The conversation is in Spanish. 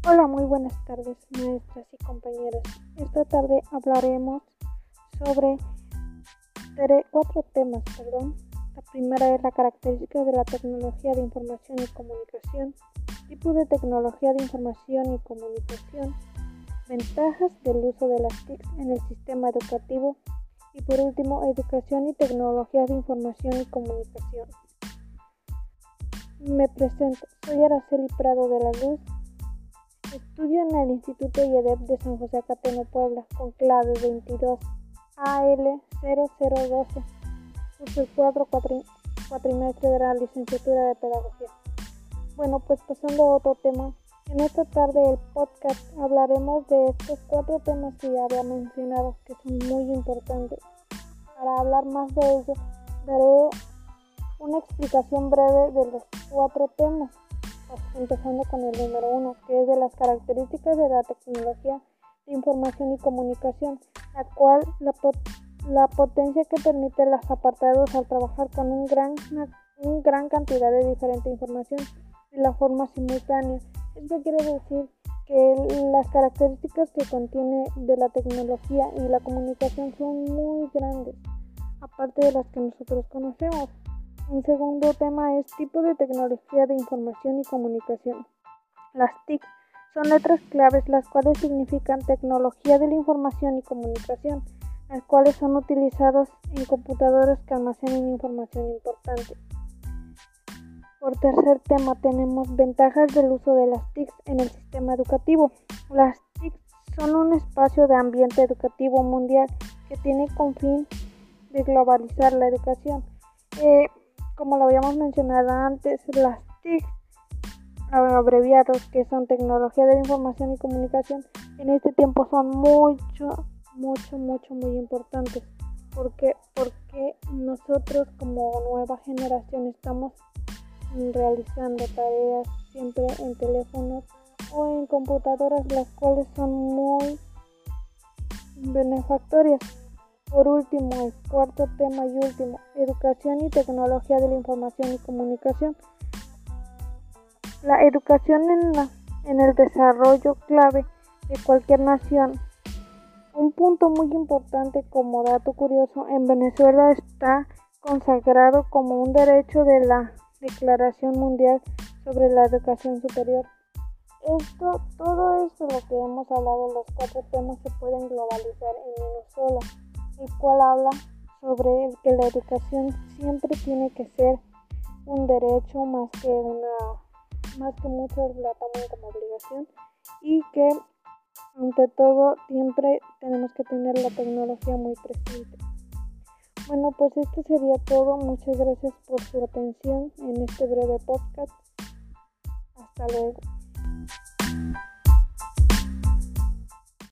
Hola, muy buenas tardes, maestras y compañeros. Esta tarde hablaremos sobre cuatro temas. La primera es la característica de la tecnología de información y comunicación, tipo de tecnología de información y comunicación, ventajas del uso de las TIC en el sistema educativo y por último, educación y tecnología de información y comunicación. Me presento, soy Araceli Prado de la Luz. Estudio en el Instituto IEDEP de San José Acateno, Puebla, con clave 22 AL0012, curso el cuatrimestre de la licenciatura de Pedagogía. Bueno, pues pasando a otro tema, en esta tarde del podcast hablaremos de estos cuatro temas que ya había mencionado, que son muy importantes. Para hablar más de ello, daré una explicación breve de los cuatro temas. Empezando con el número 1, que es de las características de la tecnología de información y comunicación, la cual la potencia que permite a los apartados al trabajar con una gran cantidad de diferente información de la forma simultánea. Esto quiere decir que las características que contiene de la tecnología y la comunicación son muy grandes, aparte de las que nosotros conocemos. Un segundo tema es tipo de tecnología de información y comunicación. Las TIC son letras claves las cuales significan tecnología de la información y comunicación, las cuales son utilizadas en computadoras que almacenan información importante. Por tercer tema tenemos ventajas del uso de las TIC en el sistema educativo. Las TIC son un espacio de ambiente educativo mundial que tiene con fin de globalizar la educación. Como lo habíamos mencionado antes, las TIC, abreviados, que son tecnología de la información y comunicación, en este tiempo son muy importantes. Porque nosotros como nueva generación estamos realizando tareas siempre en teléfonos o en computadoras, las cuales son muy benefactorias. Por último, el cuarto tema y último, educación y tecnología de la información y comunicación. La educación en el desarrollo clave de cualquier nación. Un punto muy importante como dato curioso, en Venezuela está consagrado como un derecho de la Declaración Mundial sobre la Educación Superior. Todo esto, lo que hemos hablado, los cuatro temas se pueden globalizar en uno solo, el cual habla sobre que la educación siempre tiene que ser un derecho más que muchos la toman como obligación, y que ante todo siempre tenemos que tener la tecnología muy presente. Bueno, pues esto sería todo. Muchas gracias por su atención en este breve podcast. Hasta luego.